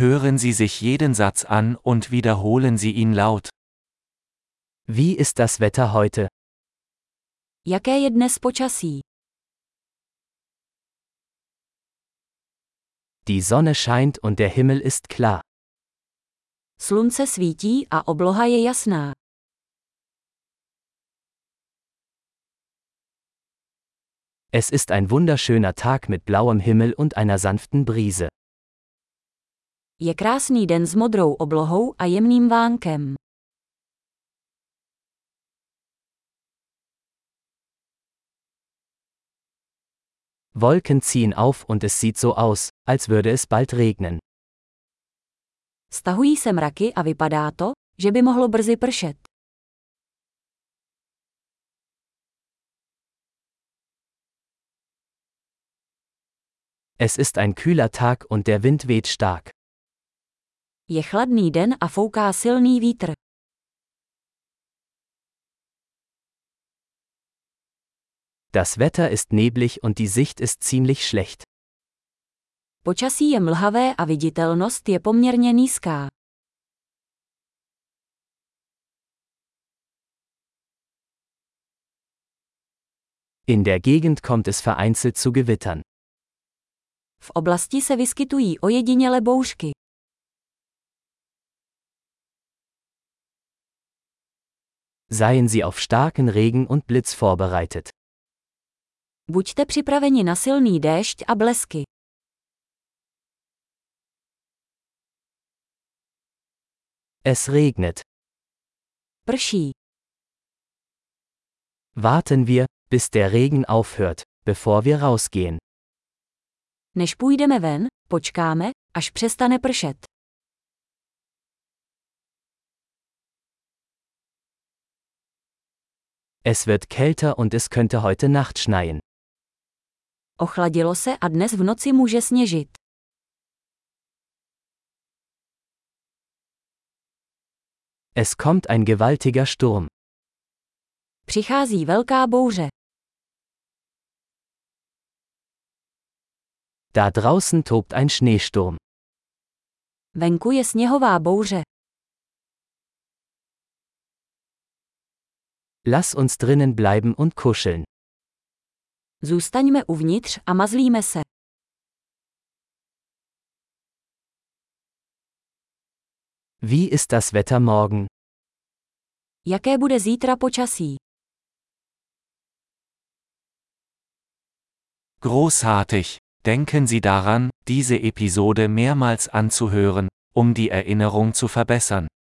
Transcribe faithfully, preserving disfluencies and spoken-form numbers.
Hören Sie sich jeden Satz an und wiederholen Sie ihn laut. Wie ist das Wetter heute? Jaké je dnes počasí? Die Sonne scheint und der Himmel ist klar. Slunce svítí a obloha je jasná. Es ist ein wunderschöner Tag mit blauem Himmel und einer sanften Brise. Je krásný den s modrou oblohou a jemným vánkem. Wolken ziehen auf und es sieht so aus, als würde es bald regnen. Stahují se mraky a vypadá to, že by mohlo brzy pršet. Es ist ein kühler Tag und der Wind weht stark. Je chladný den a fouká silný vítr. Das Wetter ist neblig und die Sicht ist ziemlich schlecht. Počasí je mlhavé a viditelnost je poměrně nízká. In der Gegend kommt es vereinzelt zu Gewittern. V oblasti se vyskytují ojediněle bouřky. Seien Sie auf starken Regen und Blitz vorbereitet. Buďte připraveni na silný déšť a blesky. Es regnet. Prší. Warten wir, bis der Regen aufhört, bevor wir rausgehen. Než půjdeme ven, počkáme, až přestane pršet. Es wird kälter und es könnte heute Nacht schneien. Ochladilo se a dnes v noci může sněžit. Es kommt ein gewaltiger Sturm. Přichází velká bouře. Da draußen tobt ein Schneesturm. Venku je sněhová bouře. Lass uns drinnen bleiben und kuscheln. Zůstaňme uvnitř a mazlíme se. Wie ist das Wetter morgen? Jaké bude zítra počasí? Großartig! Denken Sie daran, diese Episode mehrmals anzuhören, um die Erinnerung zu verbessern.